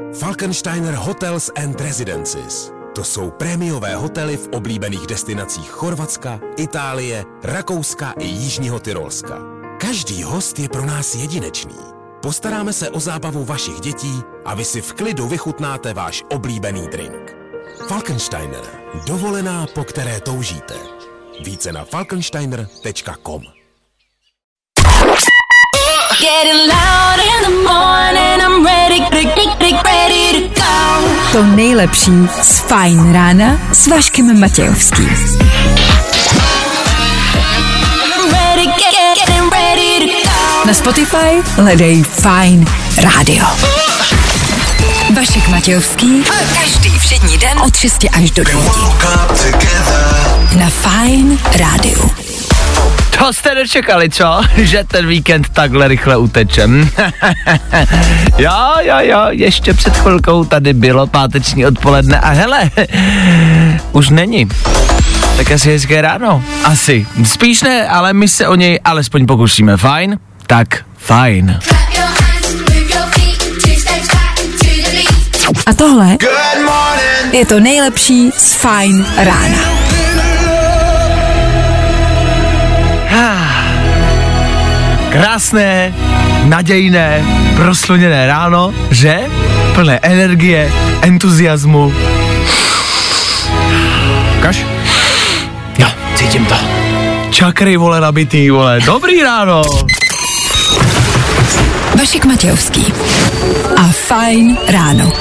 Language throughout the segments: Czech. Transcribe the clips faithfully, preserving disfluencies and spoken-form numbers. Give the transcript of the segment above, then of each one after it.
Falkensteiner Hotels and Residences. To jsou prémiové hotely v oblíbených destinacích Chorvatska, Itálie, Rakouska i Jižního Tyrolska. Každý host je pro nás jedinečný. Postaráme se o zábavu vašich dětí a vy si v klidu vychutnáte váš oblíbený drink. Falkensteiner. Dovolená, po které toužíte. Více na falkensteiner tečka com. To nejlepší z Fajn rána s Vaškem Matějovským. Na Spotify hledej Fajn rádio. Vašek Matějovský. Každý všední den od šesti až do devíti. Na Fajn rádiu. To jste nečekali, co? Že ten víkend takhle rychle utečem. jo, jo, jo, ještě před chvilkou tady bylo páteční odpoledne a hele, už není. Tak asi hezké ráno. Asi. Spíš ne, ale my se o něj alespoň pokusíme. Fajn? Tak fajn. A tohle je to nejlepší z Fajn rána. Krásné, nadějné, prosluněné ráno, že? Plné energie, entuziasmu. Kaž? Jo, cítím to. Čakry, vole, nabitý, vole. Dobrý ráno. Vašek Matějovský a Fajn ráno.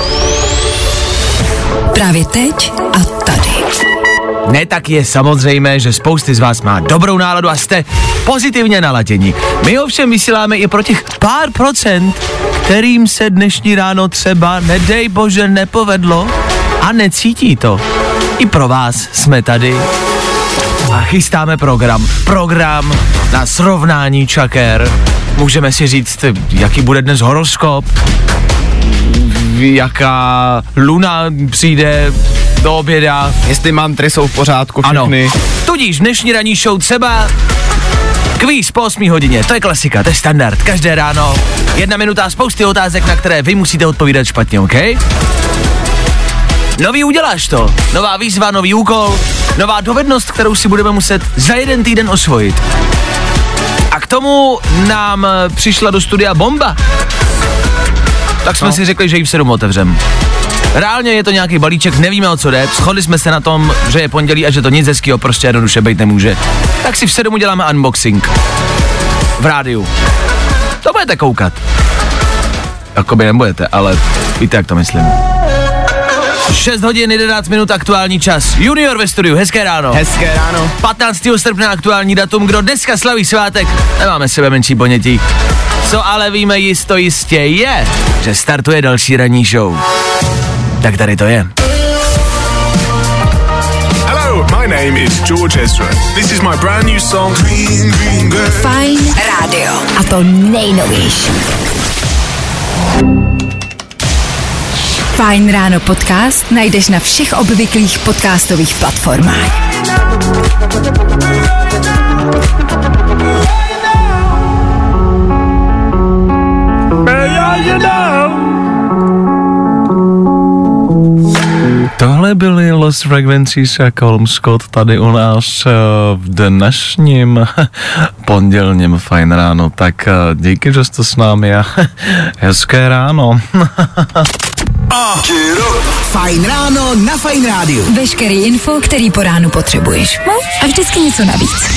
Právě teď a tady. Ne, tak je samozřejmé, že spousty z vás má dobrou náladu a jste pozitivně naladěni. My ovšem vysíláme i pro těch pár procent, kterým se dnešní ráno třeba, nedej bože, nepovedlo a necítí to. I pro vás jsme tady a chystáme program. Program na srovnání čaker. Můžeme si říct, jaký bude dnes horoskop, jaká luna přijde do oběda. Jestli mantra jsou v pořádku všechny. Ano. Tudíž dnešní ranní show třeba kvíz po osmé hodině. To je klasika, to je standard. Každé ráno jedna minuta a spousty otázek, na které vy musíte odpovídat špatně, OK? Nový uděláš to. Nová výzva, nový úkol, nová dovednost, kterou si budeme muset za jeden týden osvojit. A k tomu nám přišla do studia bomba. Tak jsme no. si řekli, že ji v sedm otevřem. Reálně je to nějaký balíček, nevíme, o co jde, shodli jsme se na tom, že je pondělí a že to nic hezkýho prostě jednoduše být nemůže. Tak si v sedm uděláme unboxing. V rádiu. To budete koukat. Jakoby nebudete, ale víte, jak to myslím. šest hodin jedenáct minut aktuální čas. Junior ve studiu, hezké ráno. Hezké ráno. patnáctého srpna aktuální datum, kdo dneska slaví svátek, nemáme sebe menší ponětí. Co ale víme jisto jistě je, že startuje další ranní show. Tak tady to je. Hello, my name is George Ezra. This is my brand new song Green Green Girl. Fajn rádio. A to nejnovější. Fajn ráno podcast najdeš na všech obvyklých podcastových platformách. Tohle byly Lost Frequencies a Colm Scott tady u nás v dnešním pondělním Fajn ráno. Tak díky, že jste s námi a hezké ráno. Fajn ráno na Fajn rádiu. Veškerý info, který po ránu potřebuješ. No a vždycky něco navíc.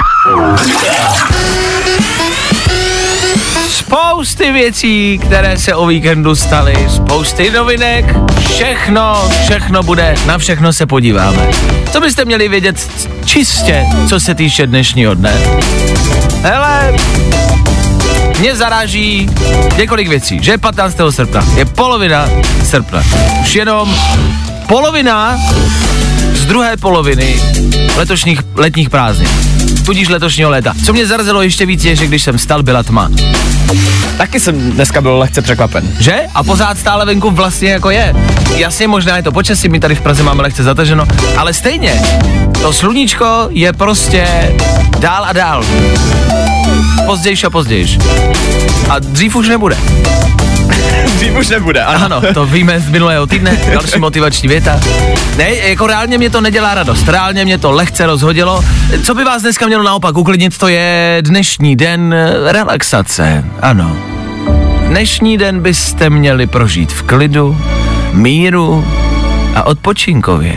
Spousty věcí, které se o víkendu staly, spousty novinek, všechno, všechno bude, na všechno se podíváme. Co byste měli vědět čistě, co se týče dnešního dne? Hele, mě zaráží několik věcí, že je patnáctého srpna, je polovina srpna, už jenom polovina z druhé poloviny letošních letních prázdnin, tudíž letošního léta. Co mě zarazilo ještě víc je, že když jsem vstal, byla tma. Taky jsem dneska byl lehce překvapen. Že? A pořád stále venku vlastně jako je. Jasně, možná je to počasí, my tady v Praze máme lehce zataženo, ale stejně, to sluníčko je prostě dál a dál. pozdějš a pozdějš. A dřív už nebude. Dřív už nebude, ano. Ano, to víme z minulého týdne, další motivační věta. Ne, jako reálně mě to nedělá radost, reálně mě to lehce rozhodilo. Co by vás dneska mělo naopak uklidnit, to je dnešní den relaxace, ano. Dnešní den byste měli prožít v klidu, míru a odpočinkově.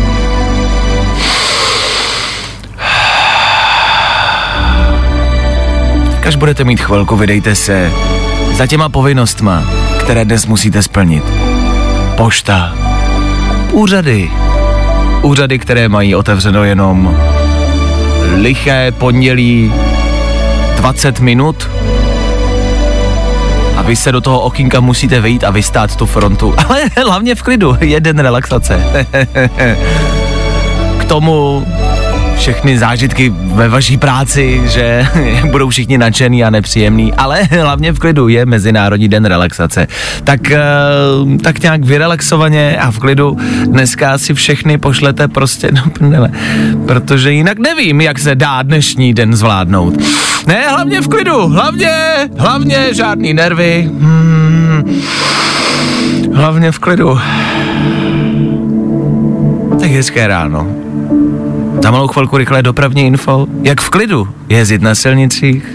Až budete mít chvilku, vydejte se za těma povinnostma, které dnes musíte splnit. Pošta, úřady, úřady, které mají otevřeno jenom liché pondělí dvacet minut a vy se do toho okýnka musíte vejít a vystát tu frontu. Ale hlavně v klidu, jeden relaxace. K tomu všechny zážitky ve vaší práci, že budou všichni nadšený a nepříjemný, ale hlavně v klidu, je Mezinárodní den relaxace. Tak, tak nějak vyrelaxovaně a v klidu dneska si všechny pošlete prostě do prdele, protože jinak nevím, jak se dá dnešní den zvládnout. Ne, hlavně v klidu, hlavně, hlavně žádný nervy, hmm, hlavně v klidu. Tak hezké ráno. Za malou chvilku rychlé dopravní info, jak v klidu jezdit na silnicích.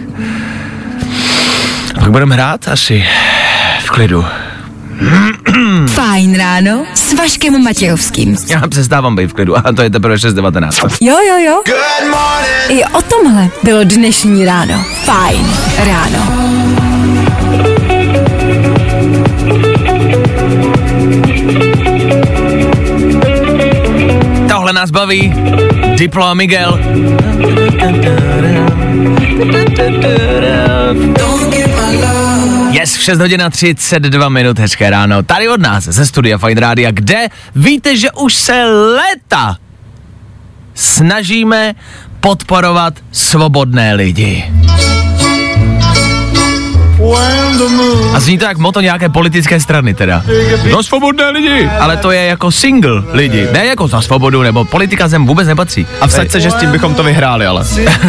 Pak budeme hrát asi v klidu. Fajn ráno s Vaškem Matějovským. Já přestávám být v klidu a to je teprve šest devatenáct. Jo, jo, jo. I o tomhle bylo dnešní ráno. Fajn ráno. Tohle nás baví. Diplo a Miguel. Yes, v šest hodin a třicet dva minut, hezké ráno. Tady od nás, ze studia Fajn Rádia, kde víte, že už se léta snažíme podporovat svobodné lidi. A zní to jak moto nějaké politické strany teda. No svobodné lidi, ale to je jako single lidi, ne jako za svobodu, nebo politika sem vůbec nepatří. A vsaď se, že s tím bychom to vyhráli, ale.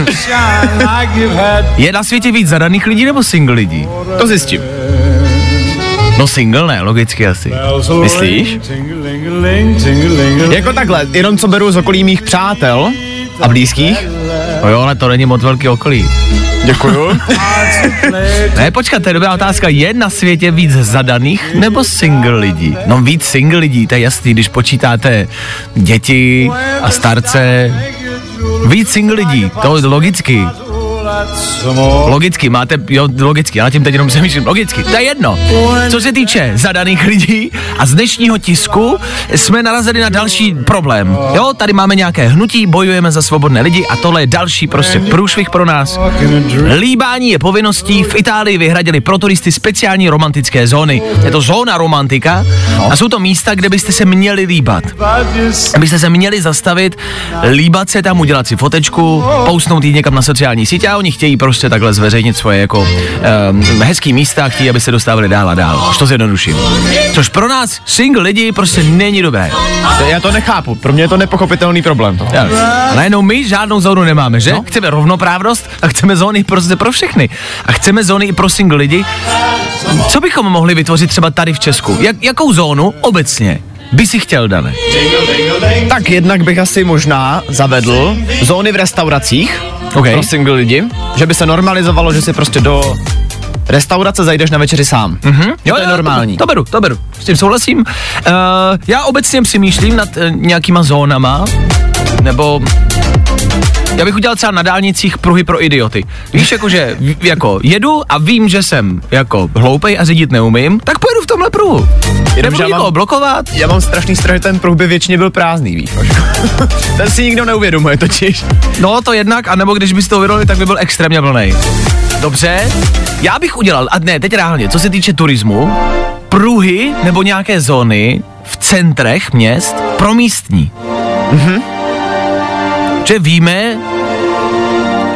Je na světě víc zadaných lidí nebo single lidí? To zjistím. No single ne, logicky asi. Myslíš? Jako takhle, jenom co beru z okolí mých přátel a blízkých. No jo, ale to není moc velký okolí. Děkuju. Ne, počkat, to je dobrá otázka. Je na světě víc zadaných nebo single lidí? No víc single lidí, to je jasný, když počítáte děti a starce. Víc single lidí, to je logicky. Logicky, máte, jo, logicky, já tím teď jenom přemýšlím, logicky, to je jedno. Co se týče zadaných lidí a z dnešního tisku jsme narazili na další problém. Jo, tady máme nějaké hnutí, bojujeme za svobodné lidi a tohle je další prostě průšvih pro nás. Líbání je povinností, v Itálii vyhradili pro turisty speciální romantické zóny. Je to zóna romantika a jsou to místa, kde byste se měli líbat. Abyste se měli zastavit, líbat se tam, udělat si fotečku, poustnout ji někam na sociální sítě a oni chtějí prostě takhle zveřejnit svoje jako um, hezký místa, chtějí, aby se dostávali dál a dál. Už to zjednoduším. Což pro nás single lidi prostě není dobré. Já to nechápu, pro mě je to nepochopitelný problém. To. Ja. Najednou my žádnou zónu nemáme, že? No. Chceme rovnoprávnost a chceme zóny prostě pro všechny. A chceme zóny i pro single lidi. Co bychom mohli vytvořit třeba tady v Česku? Jak, jakou zónu obecně by si chtěl, Dane? Tak jednak bych asi možná zavedl zóny v restauracích, okay, pro single lidi, že by se normalizovalo, že si prostě do restaurace zajdeš na večeři sám. Mm-hmm. Jo, to je jo, normální. To, to beru, to beru. S tím souhlasím. Uh, já obecně přemýšlím nad uh, nějakýma zónama, nebo já bych udělal třeba na dálnicích pruhy pro idioty. Víš, jakože jako jedu a vím, že jsem jako hloupej a řídit neumím, tak pojedu v tomhle pruhu. Nebudu nikoho mám, blokovat. Já mám strašný strach, že ten pruh by většině byl prázdný, víš. Ten si nikdo neuvědomuje totiž. No to jednak, anebo když bys to uvědomili, tak by byl extrémně plnej. Dobře, já bych udělal, a ne, teď reálně, co se týče turismu, pruhy nebo nějaké zóny v centrech měst pro místní. Mhm. Že víme,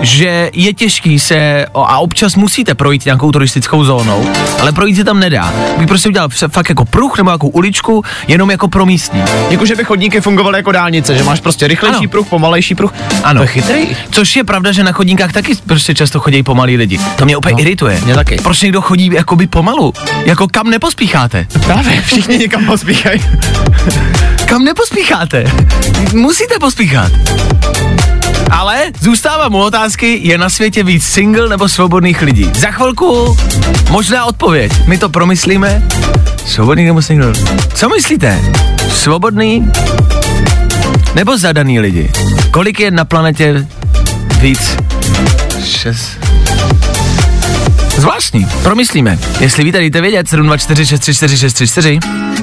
že je těžký se, a občas musíte projít nějakou turistickou zónou, ale projít se tam nedá. Bych prostě udělal fakt jako pruh nebo nějakou uličku, jenom jako pro místní. Jako, že by chodníky fungovaly jako dálnice, že máš prostě rychlejší ano. pruh, pomalejší pruh. Ano. To je chytrý. Což je pravda, že na chodníkách taky prostě často chodí pomalí lidi. To mě úplně no, irituje. Mě taky. Proč někdo chodí jakoby pomalu? Jako kam nepospícháte? Právě, všichni někam pospíchají. Kam nepospícháte? Musíte pospíchat. Ale zůstávám u otázky, je na světě víc single nebo svobodných lidí? Za chvilku možná odpověď. My to promyslíme. Svobodný nebo single? Co myslíte? Svobodný nebo zadaný lidi? Kolik je na planetě víc? Šest. Zvláštní. Promyslíme. Jestli víte, dejte vědět. sedm dva čtyři šest tři čtyři šest tři čtyři.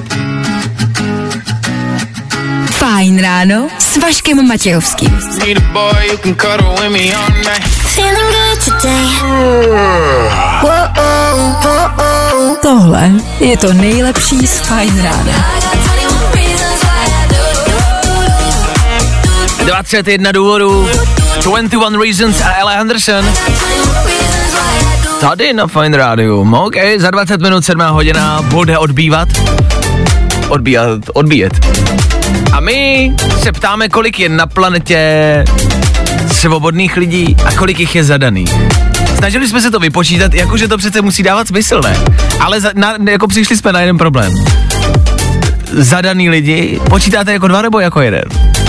Fajn ráno s Vaškem Matějovským. Tohle je to nejlepší z Fajn rána. dvacet jedna důvodů, dvacet jedna Reasons a Ella Henderson. Tady na Fajn rádiu. OK, za dvacet minut sedmá hodina bude odbývat. Odbíjat, odbíjet. A my se ptáme, kolik je na planetě svobodných lidí a kolik jich je zadaných. Snažili jsme se to vypočítat, jakože to přece musí dávat smysl, ne? Ale za, na, jako přišli jsme na jeden problém. Zadaný lidi, počítáte jako dva nebo jako jeden?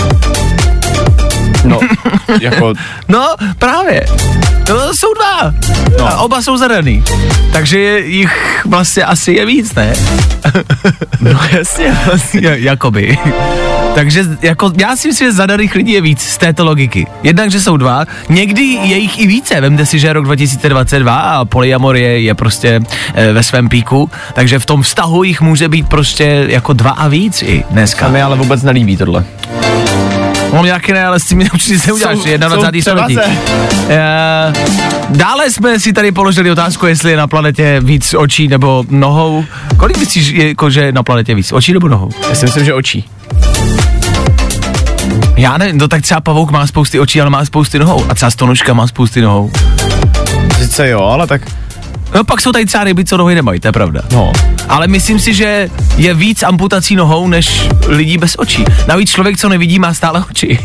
No, jako... No, právě. No, jsou dva. No. A oba jsou zadaný. Takže jich vlastně asi je víc, ne? No jasně, vlastně. Jakoby. Takže jako, já si myslím, že zadaných lidí je víc z této logiky. Jednak, že jsou dva, někdy je jich i více. Vemte si, že je rok dva tisíce dvacet dva a polyamor je, je prostě e, ve svém píku, takže v tom vztahu jich může být prostě jako dva a víc i dneska. A mi ale vůbec nelíbí tohle. On nějaký ne, ale s tím určitě se uděláš, dvacátého století. E, dále jsme si tady položili otázku, jestli je na planetě víc očí nebo nohou. Kolik myslíš, je, jako, že je na planetě víc očí nebo nohou? Já si myslím, že očí. Já nevím, no tak třeba pavouk má spousty očí, ale má spousty nohou. A třeba stonožka má spousty nohou. Sice jo, ale tak... No pak jsou tady třeba ryby, co nohy nemají, to je pravda. No. Ale myslím si, že je víc amputací nohou, než lidí bez očí. Navíc člověk, co nevidí, má stále oči.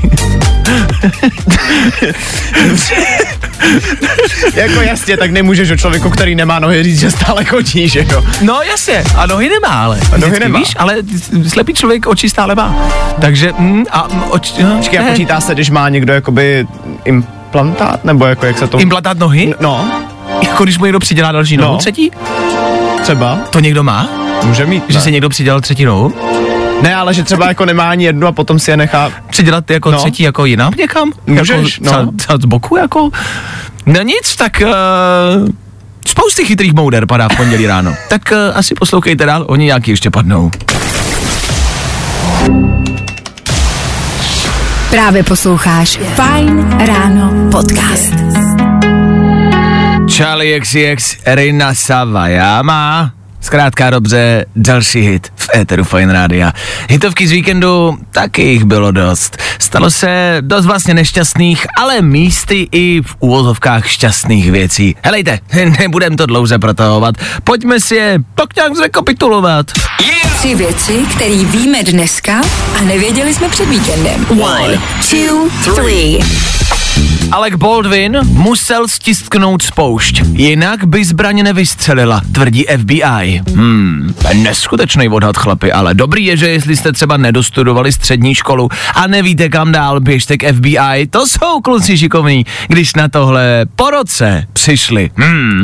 Jako jasně, tak nemůžeš o člověku, který nemá nohy, říct, že stále chodí, že jo? No jasně, a nohy nemá, ale. A nohy nemá. Víš, ale slepý člověk oči stále má. Takže, mm, a oči, no, Počkej, a počítá se, když má někdo jakoby implantát, nebo jako jak se to... Implantát nohy? No. Jako když mu někdo přidělá další nohu, no. třetí? Třeba. To někdo má? Může mít. Že ne. si někdo přidělal třetí nohu? Ne, ale že třeba jako nemá ani jednu a potom si je nechá... Přidělat jako no. třetí jako jinam někam? Můžeš, jako, no. Třeba, třeba z boku jako? No nic, tak... Uh, spousty chytrých mouder padá v pondělí ráno. Tak uh, asi poslouchejte dál, oni nějaký ještě padnou. Právě posloucháš Fajn ráno podcast. Charlie X C X, Rina Savajama. Zkrátka dobře, další hit v éteru Fajn rádia. Hitovky z víkendu, taky jich bylo dost. Stalo se dost vlastně nešťastných, ale místy i v uvozovkách šťastných věcí. Helejte, nebudem to dlouze protahovat, pojďme si je tak nějak zrekapitulovat. Yeah! Tři věci, které víme dneska a nevěděli jsme před víkendem. One, two, three. Alec Baldwin musel stisknout spoušť, jinak by zbraň nevystřelila, tvrdí F B I. Hmm, neskutečný odhad, chlapi, ale dobrý je, že jestli jste třeba nedostudovali střední školu a nevíte kam dál, běžte k F B I, to jsou kluci šikovní, když na tohle po roce přišli. Hmm.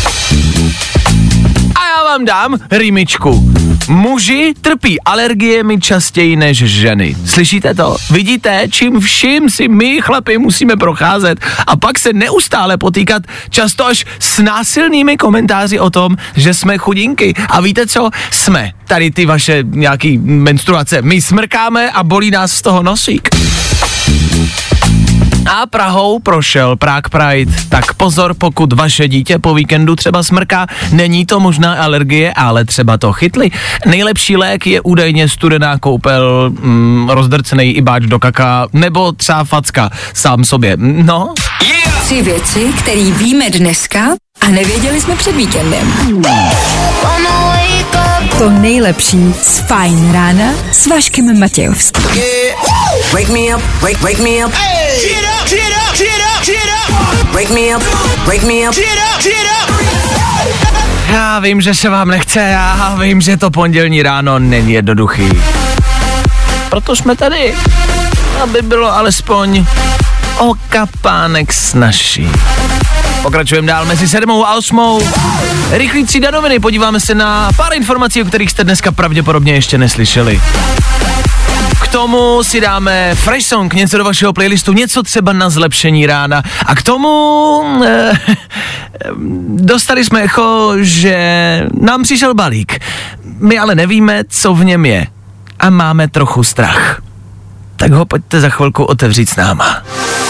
A já vám dám rýmičku. Muži trpí alergiemi častěji než ženy. Slyšíte to? Vidíte, čím vším si my, chlapi, musíme procházet a pak se neustále potýkat často až s násilnými komentáři o tom, že jsme chudinky. A víte co? Jsme. Tady ty vaše nějaký menstruace. My smrkáme a bolí nás z toho nosík. A Prahou prošel Prague Pride. Tak pozor, pokud vaše dítě po víkendu třeba smrká, není to možná alergie, ale třeba to chytli. Nejlepší lék je údajně studená koupel, mm, rozdrcený ibáč do kaká, nebo třeba facka sám sobě. No. Yeah! Tři věci, které víme dneska a nevěděli jsme před víkendem. To nejlepší z Fajn rána s Vaškem Matějovským. Wake me up, wake, wake me up. Get up, get up, get up, get up. Wake me up, wake me up. Get up, get up. Já vím, že se vám nechce, já vím, že to pondělní ráno není jednoduchý. Proto jsme tady, aby bylo alespoň o kapánek snažší. Pokračujeme dál mezi sedmou a osmou. Rychlý třída noviny, podíváme se na pár informací, o kterých jste dneska pravděpodobně ještě neslyšeli. K tomu si dáme fresh song, něco do vašeho playlistu, něco třeba na zlepšení rána. A k tomu eh, dostali jsme echo, že nám přišel balík. My ale nevíme, co v něm je. A máme trochu strach. Tak ho pojďte za chvilku otevřít s náma.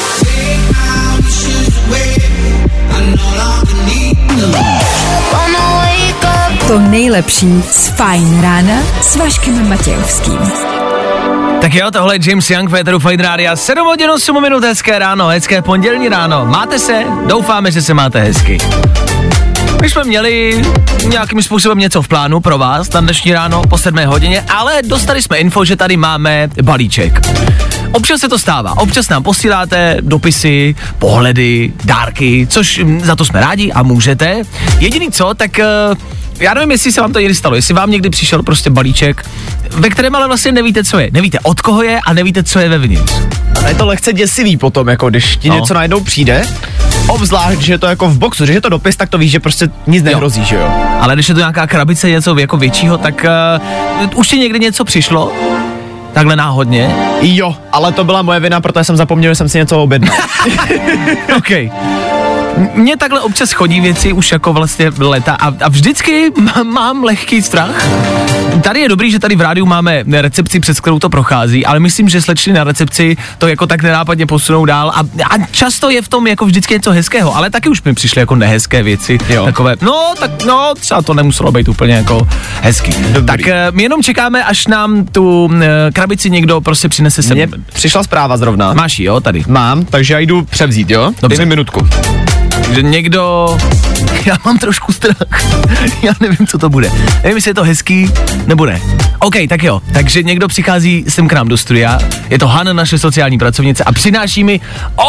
To nejlepší z Fajn rána s Vaškem Matějovským. Tak jo, tohle je James Young, Féteru Fajn rádia, sedm hodin osm minut, hezké ráno, hezké pondělní ráno. Máte se? Doufáme, že se máte hezky. My jsme měli nějakým způsobem něco v plánu pro vás na dnešní ráno po sedmé hodině, ale dostali jsme info, že tady máme balíček. Občas se to stává, občas nám posíláte dopisy, pohledy, dárky, což za to jsme rádi a můžete. Jediný co, tak já nevím, jestli se vám to někdy stalo, jestli vám někdy přišel prostě balíček, ve kterém ale vlastně nevíte, co je. Nevíte, od koho je a nevíte, co je vevnitř. A je to lehce děsivý potom, jako když ti no. něco najednou přijde, obzvlášť, že je to jako v boxu, když je to dopis, tak to víš, že prostě nic nehrozí, že jo. Ale když je to nějaká krabice, něco jako většího, tak uh, už ti někdy něco přišlo? Takhle náhodně? Jo, ale to byla moje vina, protože jsem zapomněl, že jsem si něco objednal. OK. Mně takhle občas chodí věci už jako vlastně leta a, a vždycky mám, mám lehký strach. Tady je dobrý, že tady v rádiu máme recepci, přes kterou to prochází, ale myslím, že slečny na recepci to jako tak nenápadně posunou dál a, a často je v tom jako vždycky něco hezkého, ale taky už mi přišly jako nehezké věci. Jo. Takové, no, tak no, třeba to nemuselo být úplně jako hezký. Dobrý. Tak my jenom čekáme, až nám tu krabici někdo prostě přinese sem. Mně přišla zpráva zrovna. Máš ji, jo, tady. Mám, takže já jdu převzít, jo? Dobře. Dej mi minutku. Takže někdo, já mám trošku strach, já nevím, co to bude. Nevím, jestli je to hezký, nebo ne. OK, tak jo, takže někdo přichází sem k nám do studia, je to Hana, naše sociální pracovnice a přináší mi,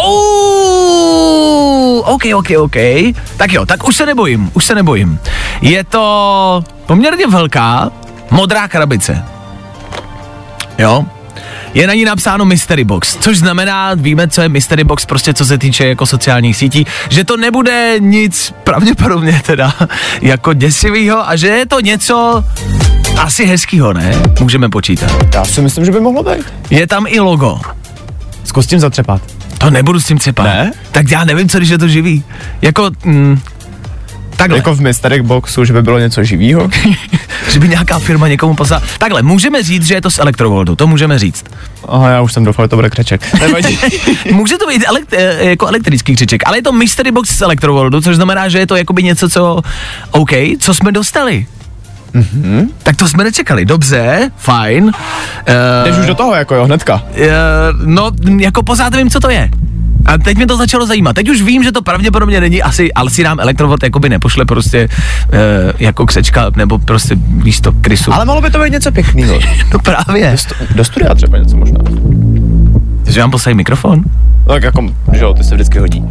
oh, OK, OK, OK, tak jo, tak už se nebojím, už se nebojím. Je to poměrně velká, modrá krabice. Jo? Je na ní napsáno Mystery Box, což znamená, víme, co je Mystery Box, prostě co se týče jako sociálních sítí, že to nebude nic pravděpodobně teda jako děsivýho a že je to něco asi hezkýho, ne? Můžeme počítat. Já si myslím, že by mohlo být. Je tam i logo. Zkus tím zatřepat. To nebudu s tím třepat. Ne? Tak já nevím, co když je to živý. Jako, mm, takhle. Jako v Mystery Boxu, že by bylo něco živýho? Že by nějaká firma někomu poslala. Takhle, můžeme říct, že je to z Electroworldu, to můžeme říct. Aha, já už jsem doufal, že to bude křeček. Může to být elekt- jako elektrický křeček, ale je to Mystery Box z Electroworldu, což znamená, že je to jakoby něco, co, OK, co jsme dostali. Mm-hmm. Tak to jsme nečekali, dobře, fajn. Uh, Jdeš už do toho, jako jo, hnedka. Uh, no, jako pořád vím, co to je. A teď mě to začalo zajímat. Teď už vím, že to pravděpodobně není asi, ale si nám Electrovod jakoby nepošle prostě uh, jako křečka, nebo prostě víš to, krysu. Ale mohlo by to být něco pěkného. No právě. Do, stu- do studia třeba něco možná. Že vám poslali mikrofon? No, tak jako, že jo, ty se vždycky hodí.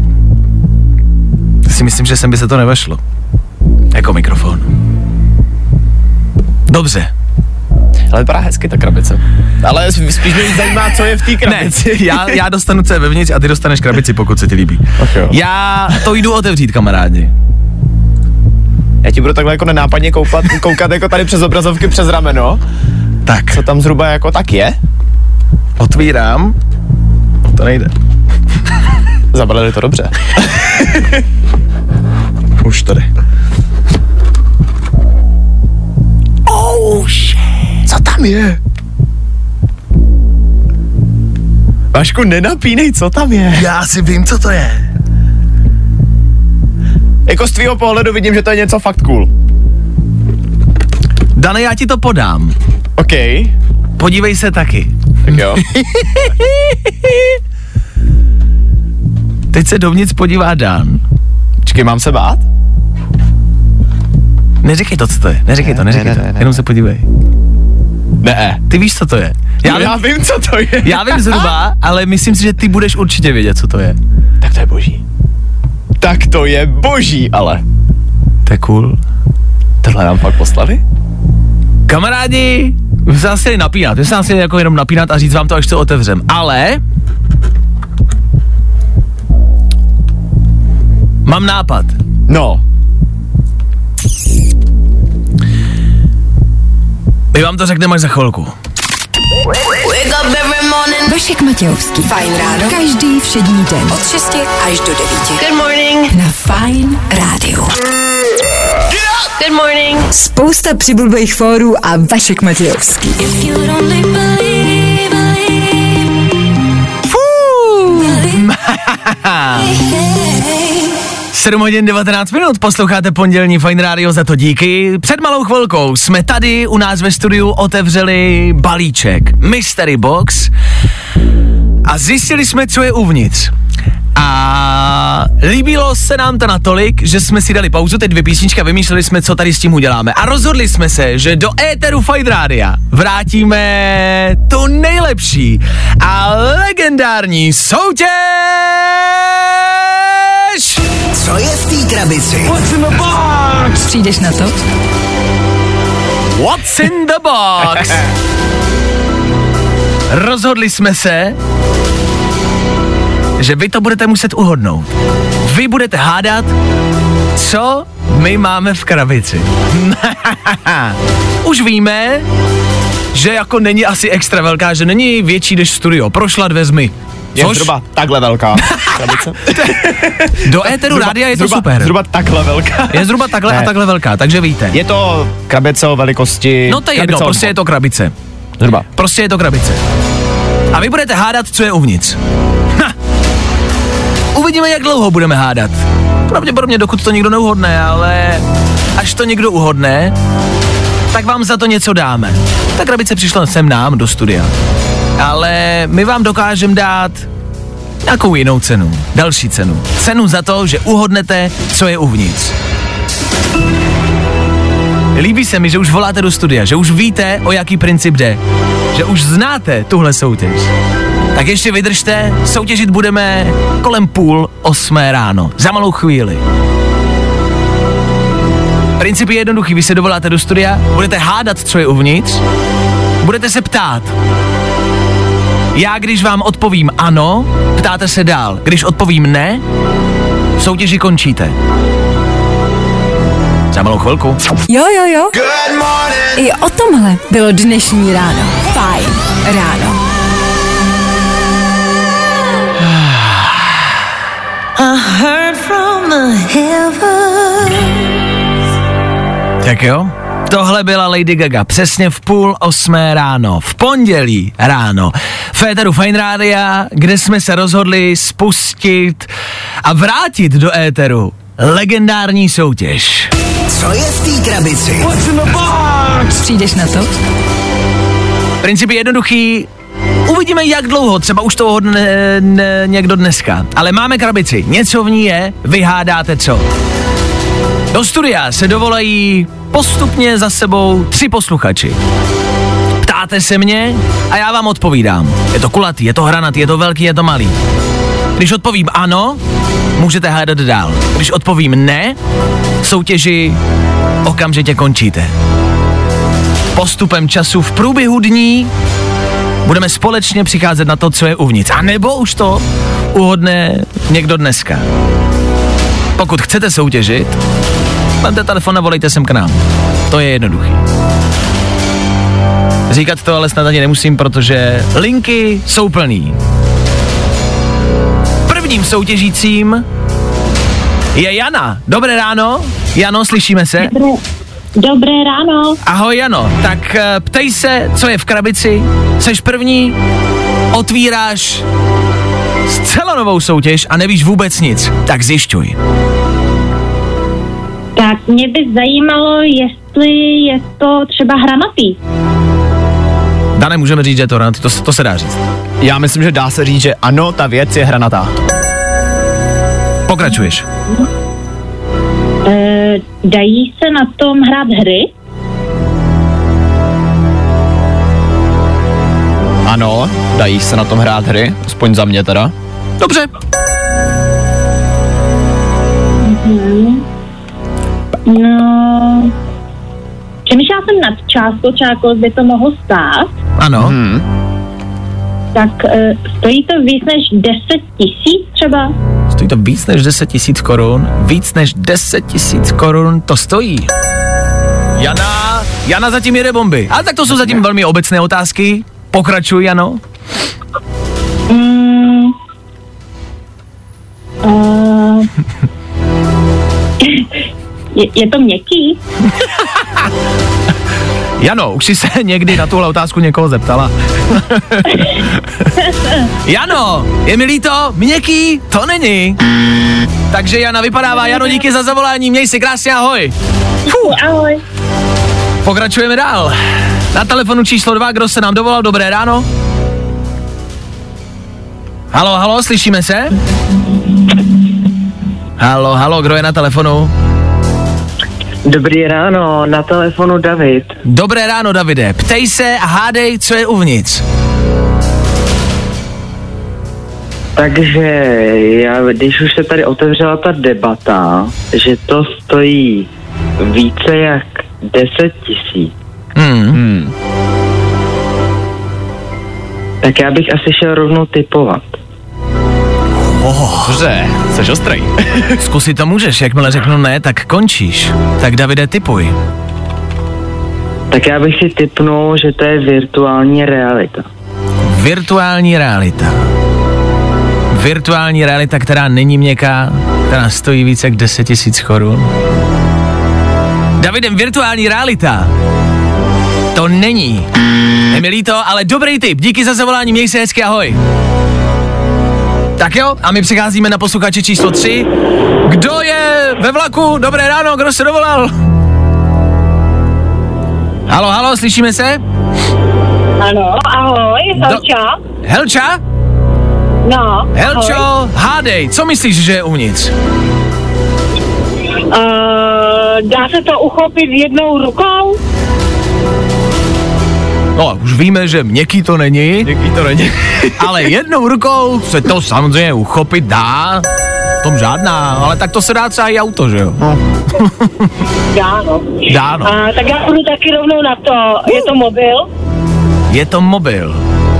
Si myslím, že sem by se to nevešlo. Jako mikrofon. Dobře. Ale vypadá hezky ta krabice. Ale spíš mě zajímá, co je v té krabici. Ne, já, já dostanu co je vevnitř a ty dostaneš krabici, pokud se ti líbí. Okay. Já to jdu otevřít, kamarádi. Já ti budu takhle jako nenápadně koupat, koukat jako tady přes obrazovky přes rameno. Tak. Co tam zhruba jako tak je? Otvírám. To nejde. Zabalili to dobře. Už tady. Oh shit. Co tam je? Vašku, nenapínej, co tam je? Já si vím, co to je. Jako z tvýho pohledu vidím, že to je něco fakt cool. Dane, já ti to podám. OK. Podívej se taky. Tak jo. Teď se dovnitř podívá Dan. Počkej, mám se bát? Neříkej to, co to je. Neříkej ne, to, neříkej ne, ne, to. Ne, ne, Jenom se podívej. Ne. Ty víš, co to je. Já, no, vím, já vím, co to je. Já vím zhruba, ale myslím si, že ty budeš určitě vědět, co to je. Tak to je boží. Tak to je boží, ale. To je cool. Tohle nám fakt poslali? Kamarádi, my se nás chtěli napínat. My se nás chtěli jako jenom napínat a říct vám to, až to otevřem. Ale... Mám nápad. No. My vám to řekneme až za chvilku. Vašek Matějovský. Fajn ráno. Každý všední den. Od šesti až do devíti. Good morning. Na Fajn rádiu. Good morning. Spousta přibulbých fórů a Vašek Matějovský. sedm hodin devatenáct minut, posloucháte pondělní Fajn rádio, za to díky. Před malou chvilkou jsme tady u nás ve studiu otevřeli balíček Mystery Box a zjistili jsme, co je uvnitř. A líbilo se nám to natolik, že jsme si dali pauzu, teď dvě písnička, vymýšleli jsme, co tady s tím uděláme. A rozhodli jsme se, že do éteru Fajn rádia vrátíme tu nejlepší a legendární soutěž! Co je v té krabici? What's in the box? Přijdeš na to? What's in the box? Rozhodli jsme se, že vy to budete muset uhodnout. Vy budete hádat, co my máme v krabici. Už víme, že jako není asi extra velká, že není větší než studio. Prošla vezmi. Je zhruba takhle velká krabice. Do éteru rádia je to zhruba, super. Zhruba takhle velká. Je zhruba takhle ne. a takhle velká, takže víte. Je to krabice o velikosti... No to je jedno, prostě je to krabice. Zhruba. Prostě je to krabice. A vy budete hádat, co je uvnitř. Ha. Uvidíme, jak dlouho budeme hádat. Pravděpodobně, dokud to nikdo neuhodne, ale až to někdo uhodne, tak vám za to něco dáme. Ta krabice přišla sem nám do studia. Ale my vám dokážeme dát nějakou jinou cenu, další cenu. Cenu za to, že uhodnete, co je uvnitř. Líbí se mi, že už voláte do studia, že už víte, o jaký princip jde, že už znáte tuhle soutěž. Tak ještě vydržte, soutěžit budeme kolem půl osmé ráno, za malou chvíli. Princip je jednoduchý, vy se dovoláte do studia, budete hádat, co je uvnitř, budete se ptát. Já, když vám odpovím ano, ptáte se dál. Když odpovím ne, v soutěži končíte. Za malou chvilku. Jo, jo, jo. I o tomhle bylo dnešní ráno. Fajn ráno. I heard from the heavens. Tak jo, tohle byla Lady Gaga přesně v půl osmé ráno, v pondělí ráno, v éteru Fajn rádia, kde jsme se rozhodli spustit a vrátit do éteru legendární soutěž. Co je v té krabici? What's in the box? Přijdeš na to? Princip je jednoduchý, uvidíme jak dlouho, třeba už to hodne někdo dneska, ale máme krabici, něco v ní je, vyhádáte co. Do studia se dovolají postupně za sebou tři posluchači. Ptáte se mě a já vám odpovídám. Je to kulatý, je to hranatý, je to velký, je to malý. Když odpovím ano, můžete hádat dál. Když odpovím ne, v soutěži okamžitě končíte. Postupem času v průběhu dní budeme společně přicházet na to, co je uvnitř. A nebo už to uhodne někdo dneska. Pokud chcete soutěžit, máte telefon a volejte sem k nám. To je jednoduchý. Říkat to ale snad ani nemusím, protože linky jsou plný. Prvním soutěžícím je Jana. Dobré ráno. Jano, slyšíme se? Dobré, dobré ráno. Ahoj Jano, tak ptej se, co je v krabici. Seš první, otvíráš zcela novou soutěž a nevíš vůbec nic. Tak zjišťuj. Tak mě by zajímalo, jestli je to třeba hranatý. Dane, můžeme říct, že je to hranatý, to, to se dá říct. Já myslím, že dá se říct, že ano, ta věc je hranatá. Pokračuješ. E, dají se na tom hrát hry? Ano, dají se na tom hrát hry, aspoň za mě teda. Dobře. Mm-hmm. No... Přemýšlela jsem nad částkou, třeba kolik by to mohlo stát. Ano. Hmm. Tak e, stojí to víc než deset tisíc třeba? Stojí to víc než deset tisíc korun. Víc než deset tisíc korun to stojí. Jana, Jana zatím jede bomby. Ale tak to jsou zatím velmi obecné otázky. Pokračuj, Jano. Mm, uh, je, je to měkký? Jano, už jsi se někdy na tuhle otázku někoho zeptala? Jano, je mi líto, měkký to není. Takže Jana vypadává. Jano, díky za zavolání, měj si krásně, ahoj. Fuh, ahoj. Pokračujeme dál. Na telefonu číslo dva, kdo se nám dovolal, dobré ráno. Halo, halo, slyšíme se? Halo, halo, kdo je na telefonu? Dobrý ráno, na telefonu David. Dobré ráno, Davide. Ptej se a hádej, co je uvnitř. Takže já, když už se tady otevřela ta debata, že to stojí více jak deset tisíc, Hmm. Hmm. tak já bych asi šel rovnou tipovat. Oh. Dobře, jsi ostrej. Zkusit to můžeš, jakmile řeknu ne, tak končíš. Tak Davide, tipuj. Tak já bych si tipnul, že to je virtuální realita. Virtuální realita. Virtuální realita, která není měkká, která stojí více jak deset tisíc korun. Davidem, virtuální realita. To není. Je mi líto, ale dobrý tip. Díky za zavolání, měj se hezky, ahoj. Tak jo, a my přicházíme na posluchače číslo tři. Kdo je ve vlaku? Dobré ráno, kdo se dovolal? Halo, halo, slyšíme se? Ano, ahoj, Helča. Do... Helča? No, Helčo, ahoj. hádej, co myslíš, že je uvnitř? Uh, dá se to uchopit jednou rukou? No, už víme, že měkký to není. Měkký to není. Ale jednou rukou se to samozřejmě uchopit dá. Tom žádná, ale tak to se dá třeba i auto, že jo? No. Dá, no. Dá, no. Uh, tak já budu taky rovnou na to. Je to mobil? Je to mobil.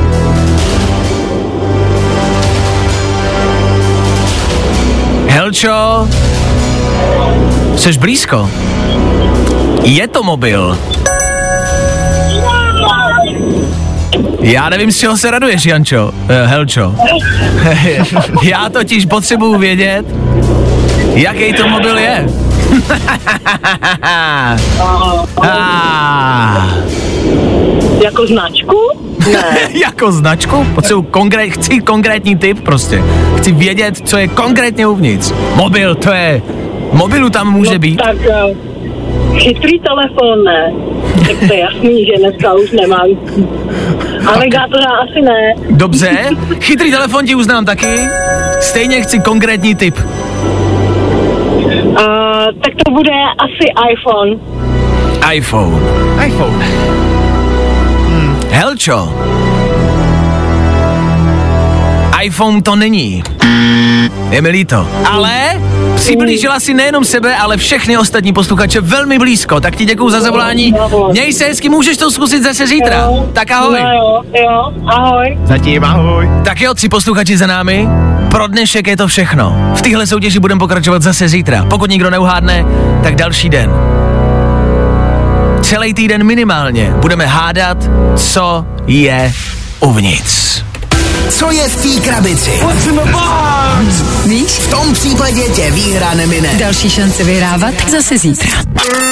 Helčo, jseš blízko. Je to mobil. Já nevím, z čeho se raduješ, Jančo, uh, Helčo. Já totiž potřebuju vědět, jaký to mobil je. ah. Jako značku? Ne. Jako značku? Potřebuji konkrét, chci konkrétní tip prostě. Chci vědět, co je konkrétně uvnitř. Mobil, to je... Mobilu tam může no, být. Tak uh, chytrý telefon, ne. Tak to je jasný, že dneska už nemám. Aligátora asi ne. Dobře, chytrý telefon ti uznám taky. Stejně chci konkrétní tip. Uh, tak to bude asi iPhone. iPhone. iPhone. Hmm. Helčo. iPhone to není. Je mi líto. Ale přiblížila si nejenom sebe, ale všechny ostatní posluchače velmi blízko. Tak ti děkuju za zavolání. Měj se hezky, můžeš to zkusit zase zítra. Jo. Tak ahoj. No jo, jo, ahoj. Zatím ahoj. Tak jo, tři posluchači za námi. Pro dnešek je to všechno. V téhle soutěži budeme pokračovat zase zítra. Pokud nikdo neuhádne, tak další den. Celý týden minimálně budeme hádat, co je uvnitř. Co je v té krabici? Víš? V tom případě tě výhra nemine. Další šance vyhrávat zase zítra.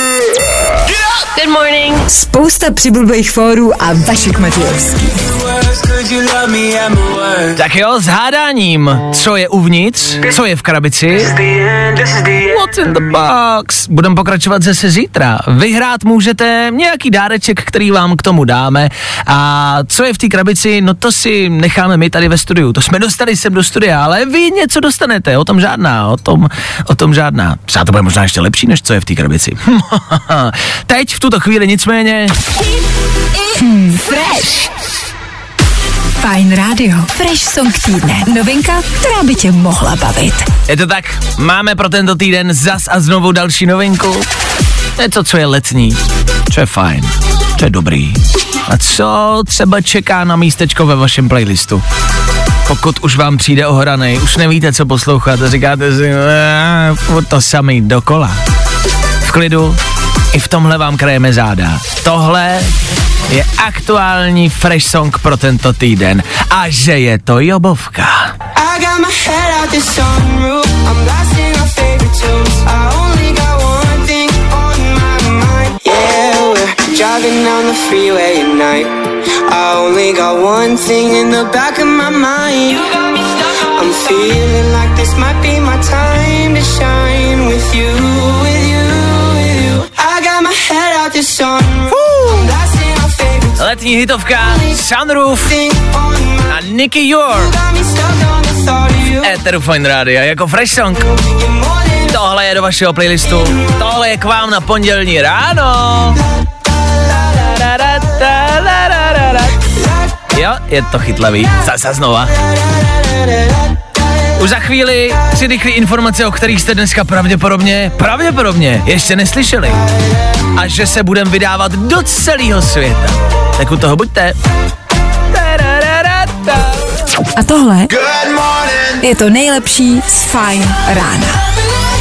Good morning. Spousta přibulbých fórů a Vašek Matějovský. Tak jo, s hádáním, co je uvnitř, co je v krabici, what's in the box. Budeme pokračovat zase zítra. Vyhrát můžete nějaký dáreček, který vám k tomu dáme. A co je v té krabici, no to si necháme my tady ve studiu. To jsme dostali sem do studia, ale vy něco dostanete, o tom žádná, o tom, o tom žádná. Třeba to bude možná ještě lepší, než co je v té krabici. Teď v tuto chvíli nicméně... Hmm, fresh. Fajn rádio. Fresh song týdne. Novinka, která by tě mohla bavit. Je to tak, máme pro tento týden zas a znovu další novinku. Něco, co je letní, co je fajn, co je dobrý. A co třeba čeká na místečko ve vašem playlistu. Pokud už vám přijde ohranej, už nevíte, co poslouchat a říkáte si, to samý dokola. V klidu, i v tomhle vám krajeme záda. Tohle je aktuální fresh song pro tento týden. A že je to Jobovka. I'm feeling like this might be my time to shine with you, with you, with you. I got my head out the sunroof. Letní hitovka Sunroof a Nicky York. Eteru Fajn Rádia jako fresh song. Tohle je do vašeho playlistu. Tohle je k vám na pondělní ráno. Jo, je to chytlavý. Zase znova. Už za chvíli tři rychlé informace, o kterých jste dneska pravděpodobně, pravděpodobně ještě neslyšeli. A že se budeme vydávat do celého světa. Tak u toho buďte. A tohle je to nejlepší z Fajn rána.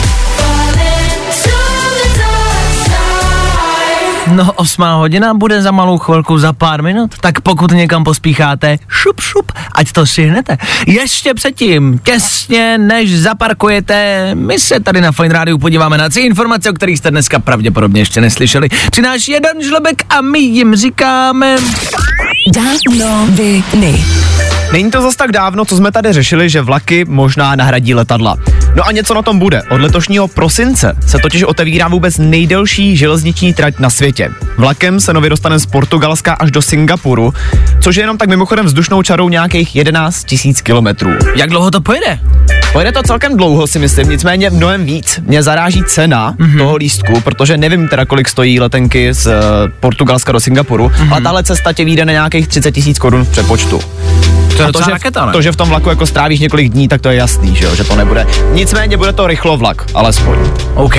No, osmá hodina bude za malou chvilku, za pár minut, tak pokud někam pospícháte, šup, šup, ať to stihnete. Ještě předtím, těsně než zaparkujete, my se tady na Fajn rádiu podíváme na tři informace, o kterých jste dneska pravděpodobně ještě neslyšeli. Přináší jeden žlobek a my jim říkáme... Danoviny. Není to zas tak dávno, co jsme tady řešili, že vlaky možná nahradí letadla. No a něco na tom bude. Od letošního prosince se totiž otevírá vůbec nejdelší železniční trať na světě. Vlakem se nově dostane z Portugalska až do Singapuru, což je jenom tak mimochodem vzdušnou čarou nějakých jedenáct tisíc kilometrů. Jak dlouho to pojede? Pojede to celkem dlouho, si myslím, nicméně mnohem víc. Mě zaráží cena mm-hmm. toho lístku, protože nevím teda, kolik stojí letenky z uh, Portugalska do Singapuru, mm-hmm. ale tahle cesta tě vyjde na nějakých třicet tisíc korun v přepočtu. To, je to, že, raketa, ne? to, že v tom vlaku jako strávíš několik dní, tak to je jasný, že, jo, že to nebude. Nicméně bude to rychlovlak, alespoň. OK.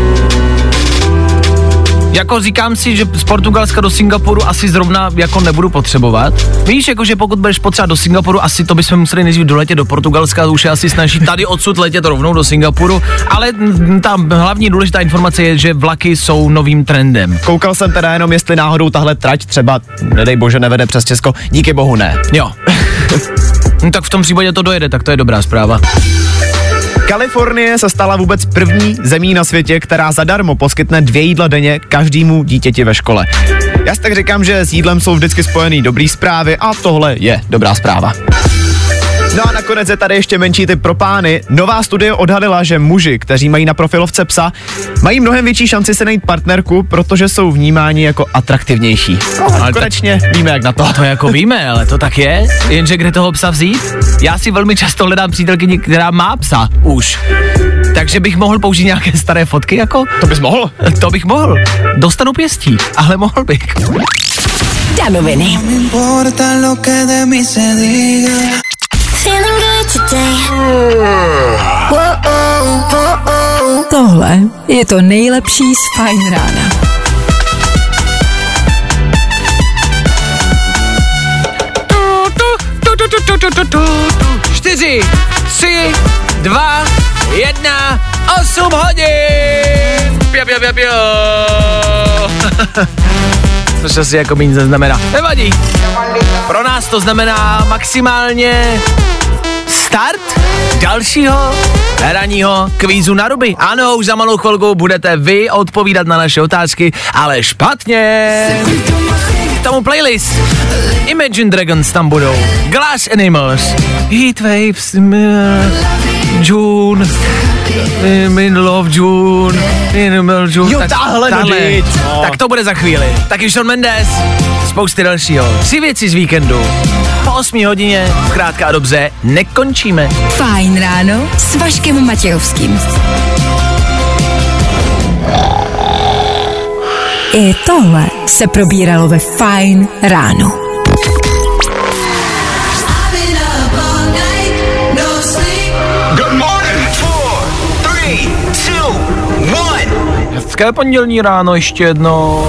Jako říkám si, že z Portugalska do Singapuru asi zrovna jako nebudu potřebovat. Víš, jakože pokud budeš potřebovat do Singapuru, asi to bychom museli nejdřív doletět do Portugalska, už je asi snaží tady odsud letět rovnou do Singapuru, ale ta hlavní důležitá informace je, že vlaky jsou novým trendem. Koukal jsem teda jenom, jestli náhodou tahle trať třeba, nedej bože, nevede přes Česko, díky bohu ne. Jo. No, tak v tom případě to dojede, tak to je dobrá zpráva. Kalifornie se stala vůbec první zemí na světě, která zadarmo poskytne dvě jídla denně každému dítěti ve škole. Já si tak říkám, že s jídlem jsou vždycky spojený dobrý zprávy a tohle je dobrá zpráva. No a nakonec je tady ještě menší tip pro pány. Nová studie odhalila, že muži, kteří mají na profilovce psa, mají mnohem větší šanci se najít partnerku, protože jsou vnímáni jako atraktivnější. No, ale konečně ta... víme, jak na to. To jako víme, ale to tak je. Jenže kde toho psa vzít? Já si velmi často hledám přítelkyni, která má psa už. Takže bych mohl použít nějaké staré fotky jako? To bys mohl? To bych mohl. Dostanu pěstí, ale mohl bych. Danoviny. Tohle je to nejlepší z Fajn rána. Čtyři, tři, dva, jedna, osm hodin. Pio, pio, pio, pio. Což asi jako méně znamená. Nevadí. Pro nás to znamená maximálně start dalšího ranního kvízu na ruby. Ano, už za malou chvilku budete vy odpovídat na naše otázky, ale špatně. K tomu rovnou playlist. Imagine Dragons tam budou, Glass Animals, Heatwaves, June, Middle of June, Middle of June. Jo, tak, tahle, tahle. no. Tak to bude za chvíli. Taky Shawn Mendes, spousty dalšího. Tři věci z víkendu. Po osmí hodině, zkrátka a dobře, nekončíme. Fajn ráno s Vaškem Matějovským. I tohle se probíralo ve Fajn ráno. Good morning. Four, three, two, one. Hezké pondělní ráno ještě jedno.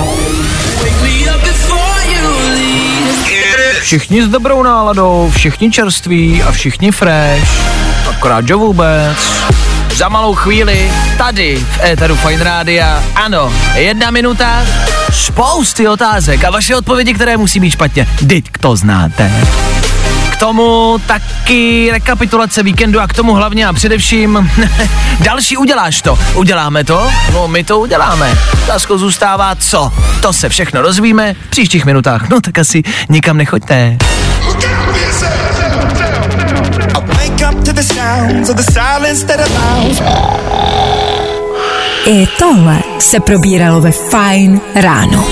Všichni s dobrou náladou, všichni čerství a všichni fresh. Akorát, že vůbec. Za malou chvíli tady v éteru Fajn Rádia. Ano, jedna minuta, spousty otázek a vaše odpovědi, které musí být špatně. Vždyť to znáte. K tomu taky rekapitulace víkendu a k tomu hlavně a především další uděláš to. Uděláme to? No my to uděláme. Otázkou zůstává co? To se všechno dozvíme v příštích minutách. No tak asi nikam nechoďte. I tohle se probíralo ve Fajn ráno.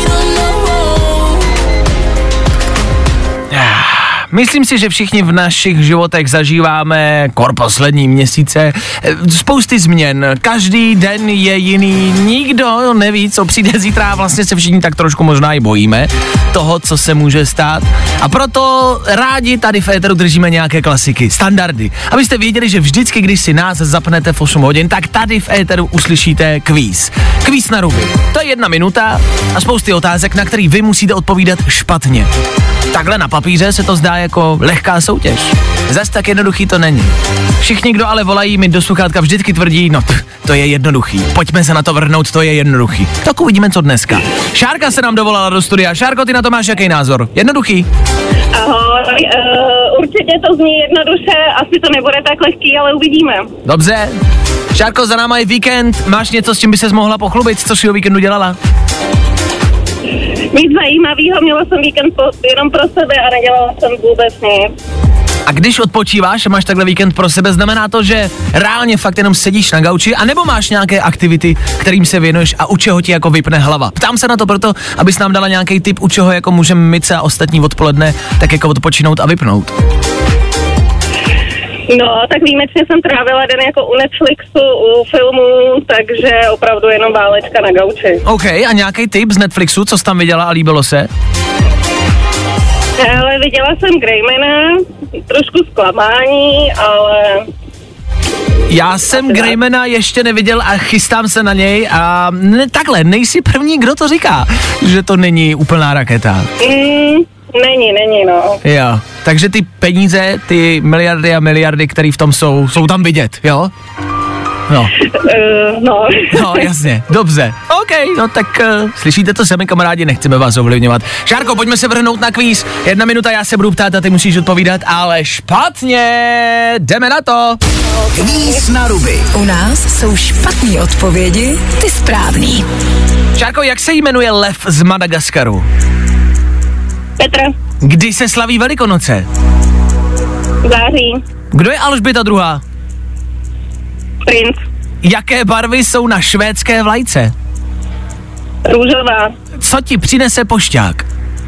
Myslím si, že všichni v našich životech zažíváme kor poslední měsíce spousty změn. Každý den je jiný, nikdo neví, co přijde zítra a vlastně se všichni tak trošku možná i bojíme toho, co se může stát. A proto rádi tady v éteru držíme nějaké klasiky, standardy. Abyste věděli, že vždycky, když si nás zapnete v osm hodin, tak tady v éteru uslyšíte kvíz. Kvíz na ruby. To je jedna minuta a spousty otázek, na který vy musíte odpovídat špatně. Takhle na papíře se to zdá jako lehká soutěž. Zas tak jednoduchý to není. Všichni, kdo ale volají mi do sluchátka, vždycky tvrdí, no t, to je jednoduchý. Pojďme se na to vrhnout, to je jednoduchý. Tak uvidíme, co dneska. Šárka se nám dovolala do studia. Šárko, ty na to máš jaký názor? Jednoduchý? Ahoj, uh, určitě to zní jednoduše, asi to nebude tak lehký, ale uvidíme. Dobře. Šárko, za náma je víkend. Máš něco, s čím by ses mohla pochlubit? Co jsi o víkendu dělala? Nic zajímavého, měla jsem víkend po, jenom pro sebe a nedělala jsem vůbec nic. A když odpočíváš a máš takhle víkend pro sebe, znamená to, že reálně fakt jenom sedíš na gauči, anebo máš nějaké aktivity, kterým se věnuješ a u čeho ti jako vypne hlava? Ptám se na to proto, abys nám dala nějaký tip, u čeho jako můžeme my a ostatní odpoledne tak jako odpočinout a vypnout. No, tak výjimečně jsem trávila den jako u Netflixu, u filmů, takže opravdu jenom válečka na gauči. OK, a nějaký tip z Netflixu, co jsi tam viděla a líbilo se? Ale viděla jsem Greymana, trošku zklamání, ale... Já jsem Greymana ještě neviděl a chystám se na něj a ne, takhle, nejsi první, kdo to říká, že to není úplná raketa. Mm, není, není, no. Jo, takže ty peníze, ty miliardy a miliardy, které v tom jsou, jsou tam vidět, jo? No. Uh, no. No, jasně, dobře. OK, no tak uh, slyšíte to sami, kamarádi, nechceme vás ovlivňovat. Šárko, pojďme se vrhnout na kvíz. Jedna minuta, já se budu ptát a ty musíš odpovídat, ale špatně. Jdeme na to. Kvíz na ruby. U nás jsou špatné odpovědi, ty správný. Šárko, jak se jmenuje lev z Madagaskaru? Petr. Kdy se slaví Velikonoce? Září. Kdo je Alžběta druhá? Princ. Jaké barvy jsou na švédské vlajce? Růžová. Co ti přinese pošťák?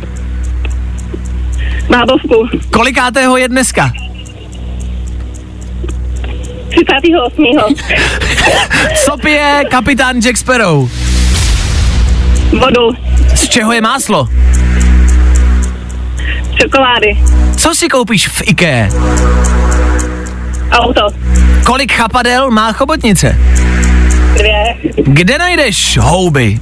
Bábovku. Kolikátého je dneska? třicátého osmého Co pije kapitán Jack Sparrow? Vodu. Z čeho je máslo? Čokolády. Co si koupíš v IKEA? Auto. Kolik chapadel má chobotnice? Dvě. Kde najdeš houby?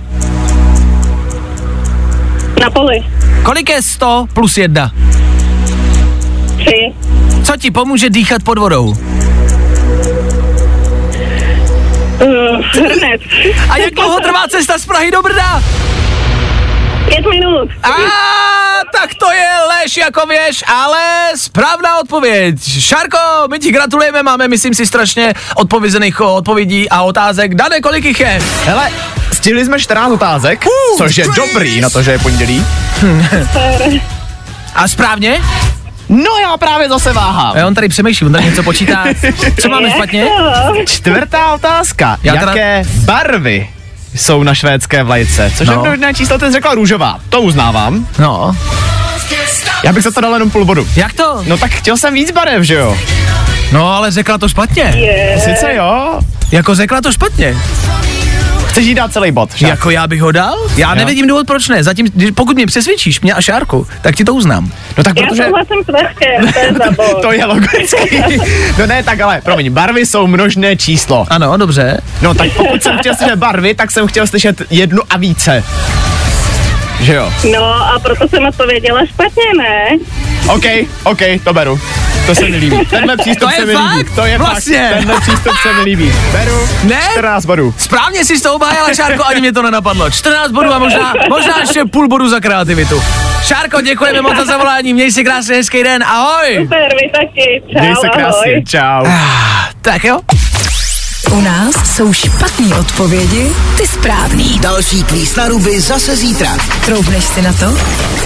Na poli. Kolik je sto plus jedna? Tři. Co ti pomůže dýchat pod vodou? Uh, hrnec. A jak dlouho trvá cesta z Prahy do Brna? Pět minut. A tak to je lež jako věž, ale správná odpověď. Šárko, my ti gratulujeme, máme, myslím si, strašně odpovězených odpovědí a otázek. Dane, kolik jich je? Hele, z Stihli jsme čtrnáct otázek, uh, což je dobrý na to, že je pondělí. A správně? No já právě zase váhám. A on tady přemýšlí, on tady něco počítá. Co máme špatně? Čtvrtá otázka. Já Jaké teda... barvy jsou na švédské vlajce? Což no. je množné číslo, ty jsi řekla růžová. To uznávám. No. Já bych za to dal jenom půl bodu. Jak to? No tak chtěl jsem víc barev, že jo? No ale řekla to špatně. Yeah. Sice jo. Jako řekla to špatně. Chceš jí dát celý bod, Šárko? Jako já bych ho dal? Já jo. Nevidím důvod, proč ne. Zatím, pokud mě přesvědčíš, mě a Šárku, tak ti to uznám. No tak protože... Já souhlasím s Vaškem, to je za bod. To je logický. No ne, tak ale, promiň, barvy jsou množné číslo. Ano, dobře. No tak pokud jsem chtěl slyšet barvy, tak jsem chtěl slyšet jednu a více. Že jo? No a proto jsem odpověděla špatně, ne? OK, OK, to beru. To se mi líbí. Tenhle přístup to se mi fakt? líbí. To je vlastně. Fakt. Tenhle přístup se mi líbí. Beru ne? čtrnáct bodů. Správně jsi to obhájela, Šárko, ani mě to nenapadlo. čtrnáct bodů a možná, možná ještě půl bodu za kreativitu. Šárko, děkujeme moc za zavolání, měj si krásný hezký den, ahoj. Super, vy taky, čau, Měj se krásně, ahoj. čau. Ah, tak jo. U nás jsou špatné odpovědi, ty správný. Další kvíz na ruby zase zítra. Troufneš si na to?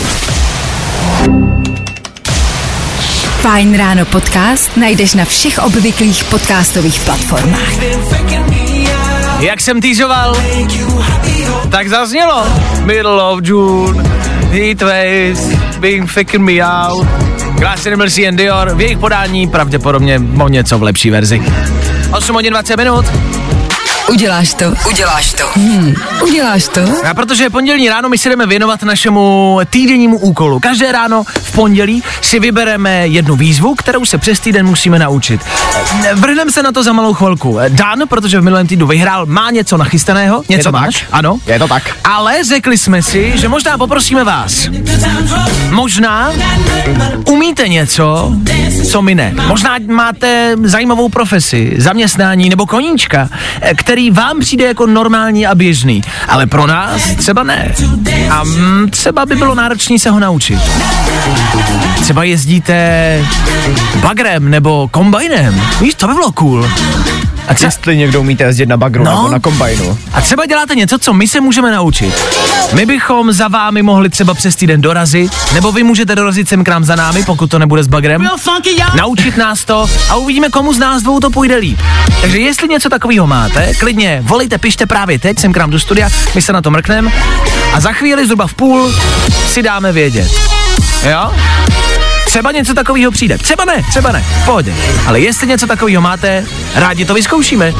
Fajn ráno podcast najdeš na všech obvyklých podcastových platformách. Jak jsem týžoval, tak zaznělo. Middle of June, Heat Waves, Being Faking Me Out, Glass Animals and Dior, v jejich podání pravděpodobně o něco v lepší verzi. osm hodin dvacet minut. Uděláš to. Uděláš to. Hmm. Uděláš to. A protože je pondělní ráno, my si jdeme věnovat našemu týdennímu úkolu. Každé ráno v pondělí si vybereme jednu výzvu, kterou se přes týden musíme naučit. Vrhneme se na to za malou chvilku. Dan, protože v minulém týdnu vyhrál, má něco nachystaného. Něco máš? Tak? Ano. Je to tak. Ale řekli jsme si, že možná poprosíme vás. Možná umíte něco, co my ne. Možná máte zajímavou profesi, zaměstnání nebo koníčka, který vám přijde jako normální a běžný, ale pro nás třeba ne. A mm, třeba by bylo náročné se ho naučit. Třeba jezdíte bagrem nebo kombajnem. Víš, to by bylo cool. A třeba, jestli někdo umíte jezdit na bagru no, nebo na kombajnu. A třeba děláte něco, co my se můžeme naučit. My bychom za vámi mohli třeba přes týden dorazit, nebo vy můžete dorazit sem k nám za námi, pokud to nebude s bagrem. Naučit nás to a uvidíme, komu z nás dvou to půjde líp. Takže jestli něco takového máte, klidně volejte, pište právě teď sem k nám do studia, my se na to mrkneme a za chvíli zhruba v půl si dáme vědět. Jo? Třeba něco takového přijde, třeba ne, třeba ne, v pohodě. Ale jestli něco takového máte, rádi to vyzkoušíme.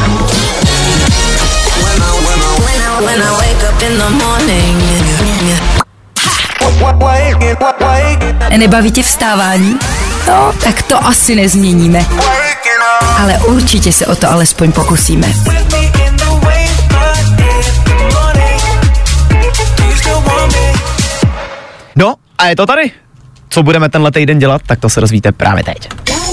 Nebaví tě vstávání? No, tak to asi nezměníme. Ale určitě se o to alespoň pokusíme. No, a je to tady. Co budeme tenhle týden dělat, tak to se dozvíte právě teď.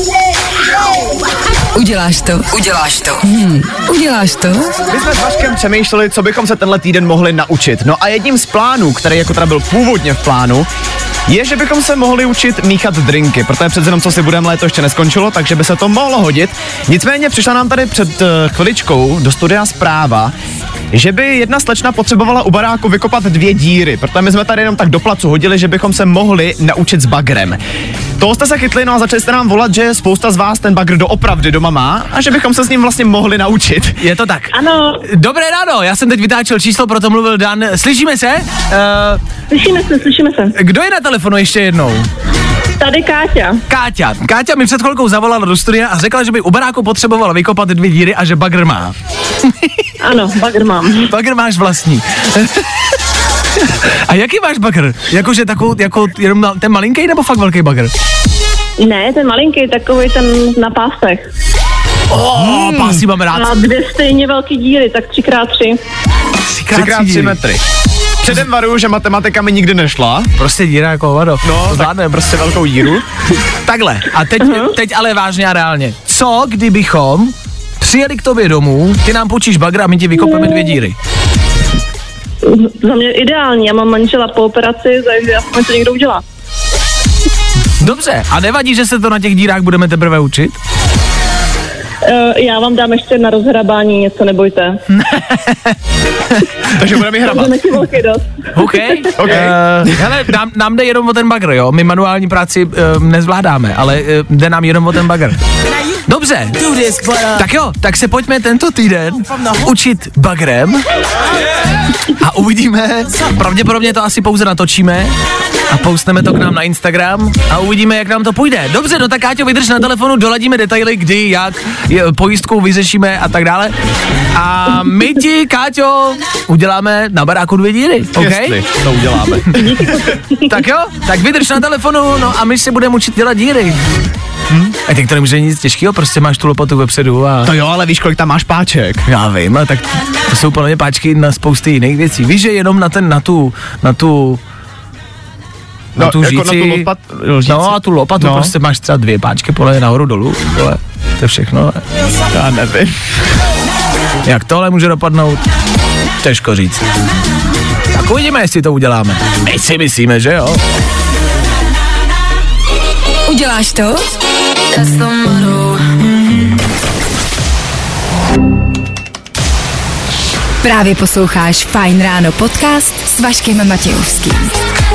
Uděláš to. Uděláš to. Hmm. Uděláš to. My jsme s Vaškem přemýšleli, co bychom se tenhle týden mohli naučit. No a jedním z plánů, který jako teda byl původně v plánu, je, že bychom se mohli učit míchat drinky, protože přece jenom co si budeme, léto ještě neskončilo, takže by se to mohlo hodit. Nicméně přišla nám tady před uh, chviličkou do studia zpráva, že by jedna slečna potřebovala u baráku vykopat dvě díry, protože my jsme tady jenom tak do placu hodili, že bychom se mohli naučit s bagrem. Toho jste se chytli, no a začali jste nám volat, že spousta z vás ten bagr doopravdy doma má a že bychom se s ním vlastně mohli naučit. Je to tak. Ano. Dobré ráno, já jsem teď vytáčel číslo, proto mluvil Dan. Slyšíme se? Uh, Slyšíme se, slyšíme se. Kdo je na telefonu ještě jednou? Tady Káťa. Káťa. Káťa mi před chvilkou zavolala do studia a řekla, že by u baráku potřebovala vykopat dvě díry a že bagr má. Ano, bagr mám. Bagr máš vlastní. A jaký máš bagr? Jakože takovou, jako jenom ten malinký nebo fakt velký bagr? Ne, ten malinký, takový ten na pásech. Oh, hmm. Pásy mám rád. Má dvě stejně velký díry, tak tři krát tři. tři krát tři metry. Předem varuju, že matematika mi nikdy nešla. Prostě díra jako hovado. No, zvládne prostě velkou díru. Takhle, a teď, uh-huh. teď ale vážně a reálně. Co kdybychom přijeli k tobě domů, ty nám půjčíš bagr a my ti vykopeme dvě díry? Za mě ideální, já mám manžela po operaci, takže aspoň to někdo udělá. Dobře, a nevadí, že se to na těch dírách budeme teprve učit? Uh, já vám dám ještě na rozhrabání něco, nebojte. Takže budeme hrabat. OK. okay. Uh, hele, nám, nám jde jenom o ten bagr, jo. My manuální práci uh, nezvládáme, ale uh, jde nám jenom o ten bagr. Dobře. Tak jo, tak se pojďme tento týden učit bagrem a uvidíme, pravděpodobně to asi pouze natočíme a postneme to k nám na Instagram a uvidíme, jak nám to půjde. Dobře, no tak Káťo, vydrž na telefonu, doladíme detaily, kdy, jak, pojistkou vyřešíme a tak dále. A my ti, Káťo, uděláme na baráku dvě díry, OK? Jestli to uděláme. Tak jo, tak vydrž na telefonu, no a my si budeme učit dělat díry. Hm? A teď to nemůže nic těžkého, prostě máš tu lopatu vepředu a... To jo, ale víš, kolik tam máš páček. Já vím, ale tak to jsou podle mě páčky na spousty jiných věcí. Víš, že jenom na ten, na tu, na tu... Na no, tu jako žíci, na tu lopat, žíci. No a tu lopatu, no. Prostě máš třeba dvě páčky, podle nahoru dolů, vole, to je všechno. Já nevím. Jak tohle může dopadnout? Těžko říct. Tak uvidíme, jestli to uděláme. My si myslíme, že jo? Uděláš to? Právě posloucháš Fajn ráno podcast s Vaškem Matějovským.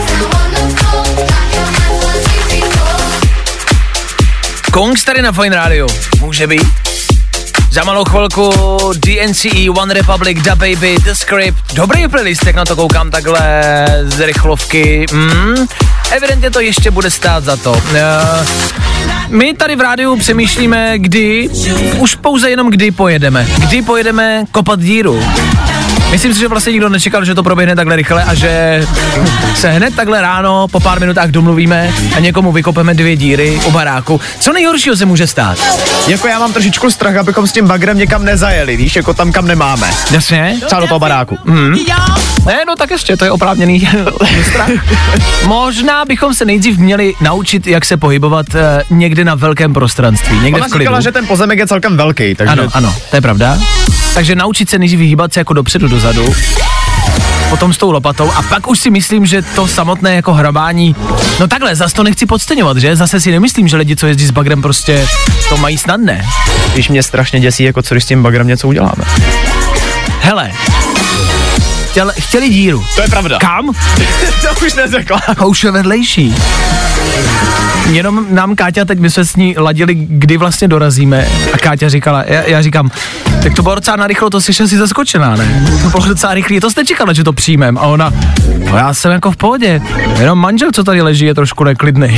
Kongs tady na Fajn rádiu. Může být? Za malou chvilku D N C E, One Republic, Da Baby, The Script. Dobrý playlist, jak na to koukám takhle z rychlovky. Mm, evidentně to ještě bude stát za to. Uh, my tady v rádiu přemýšlíme, kdy, už pouze jenom kdy pojedeme. Kdy pojedeme kopat díru. Myslím si, že vlastně nikdo nečekal, že to proběhne takhle rychle a že se hned takhle ráno po pár minutách domluvíme a někomu vykopeme dvě díry u baráku. Co nejhoršího se může stát? Jako já mám trošičku strach, abychom s tím bagrem někam nezajeli, víš, jako tam, kam nemáme. Jasně? Třeba do toho baráku. Mm. Ne, no tak ještě, to je oprávněný strach. Možná bychom se nejdřív měli naučit, jak se pohybovat uh, někde na velkém prostranství, někde Ona v klidu. říkala, že ten pozemek je celkem velký, takže... Ano, ano, to je pravda. Takže naučit se nejdřív hýbat se jako dopředu, dozadu, potom s tou lopatou a pak už si myslím, že to samotné jako hrabání, no takhle, zase to nechci podceňovat, že? Zase si nemyslím, že lidi, co jezdí s bagrem, prostě to mají snadné. Když mě strašně děsí, jako co když s tím bagrem něco uděláme. Hele, chtěli, chtěli díru. To je pravda. Kam? To už neřekla. A už je vedlejší. Jenom nám Káťa, teď my jsme s ní ladili, kdy vlastně dorazíme a Káťa říkala, já, já říkám, tak to bylo docela narychlo, to jsi asi zaskočená, ne? To bylo docela rychlý, to jste čekala, že to přijmem a ona, no já jsem jako v pohodě, jenom manžel, co tady leží, je trošku neklidnej.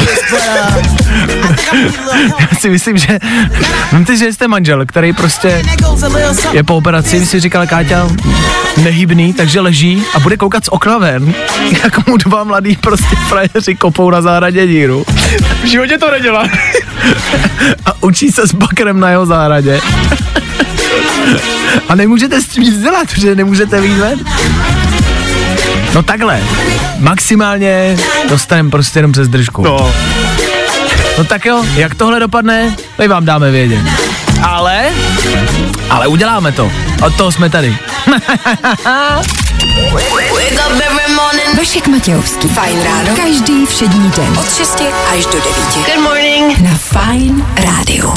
Já si myslím, že, víte, že jste manžel, který prostě je po operaci, si říkala Káťa, nehybný, takže leží a bude koukat z okna ven, jak mu dva mladý prostě frajeři kopou na zahradě díru. V životě to nedělá. A učí se s bakrem na jeho zahradě. A nemůžete s tím nic dělat, protože nemůžete vyjít ven. No takhle, maximálně dostaneme prostě jenom přes držku. No. No tak jo, jak tohle dopadne, my vám dáme vědět. Ale, ale uděláme to. Od toho jsme tady. Vašek Matějovský. Fajn ráno. Každý všední den. Od šesti až do devíti. Good morning. Na Fajn rádiu.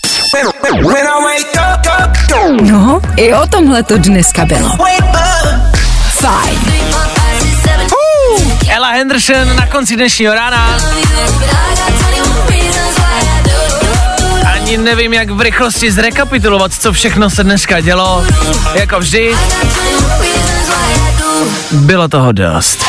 No, i o tomhle to dneska bylo. Fajn. Uh, Ella Henderson na konci dnešního rána. Ani nevím, jak v rychlosti zrekapitulovat, co všechno se dneska dělo. Jako vždy. Bylo toho dost.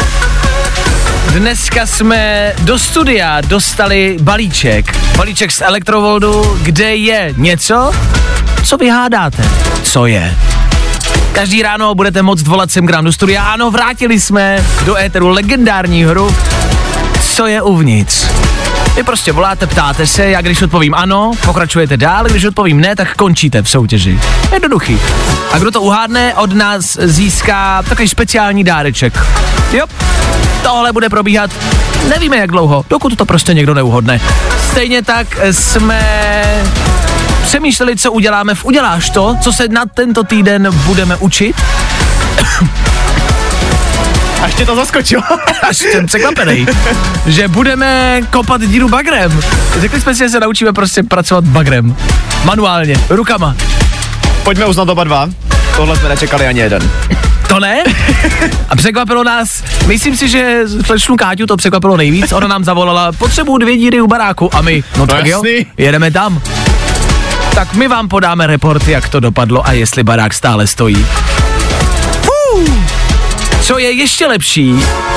Dneska jsme do studia dostali balíček. Balíček z Electrovoldu, kde je něco, co vy hádáte. Co je? Každý ráno budete moct volat sem k nám do studia. Ano, vrátili jsme do éteru legendární hru Co je uvnitř. Vy prostě voláte, ptáte se, já když odpovím ano, pokračujete dál, když odpovím ne, tak končíte v soutěži. Jednoduchý. A kdo to uhádne, od nás získá takový speciální dáreček. Jo, tohle bude probíhat, nevíme jak dlouho, dokud to prostě někdo neuhodne. Stejně tak jsme přemýšleli, co uděláme v Uděláš to, co se na tento týden budeme učit. Až tě to zaskočilo. Až jsem překvapený, že budeme kopat díru bagrem. Řekli jsme si, že se naučíme prostě pracovat bagrem. Manuálně, rukama. Pojďme uznat oba dva. Tohle jsme nečekali ani jeden. To ne? A překvapilo nás, myslím si, že slečnu Káťu to překvapilo nejvíc. Ona nám zavolala, potřebuju dvě díry u baráku a my, no tak jo, jedeme tam. Tak my vám podáme report, jak to dopadlo a jestli barák stále stojí. Fuu. Co je ještě lepší,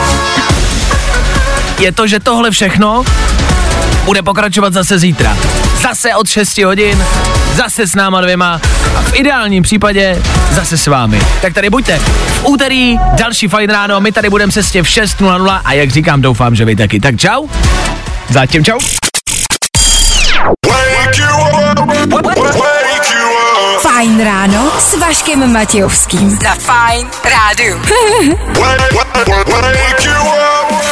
je to, že tohle všechno bude pokračovat zase zítra. Zase od šesti hodin, zase s náma dvěma a v ideálním případě zase s vámi. Tak tady buďte. V úterý další Fajn ráno, my tady budeme sestě v šest nula nula a jak říkám, doufám, že vy taky. Tak čau. Zatím čau. Fajn ráno s Vaškem Matějovským. Za Fajn rádiu.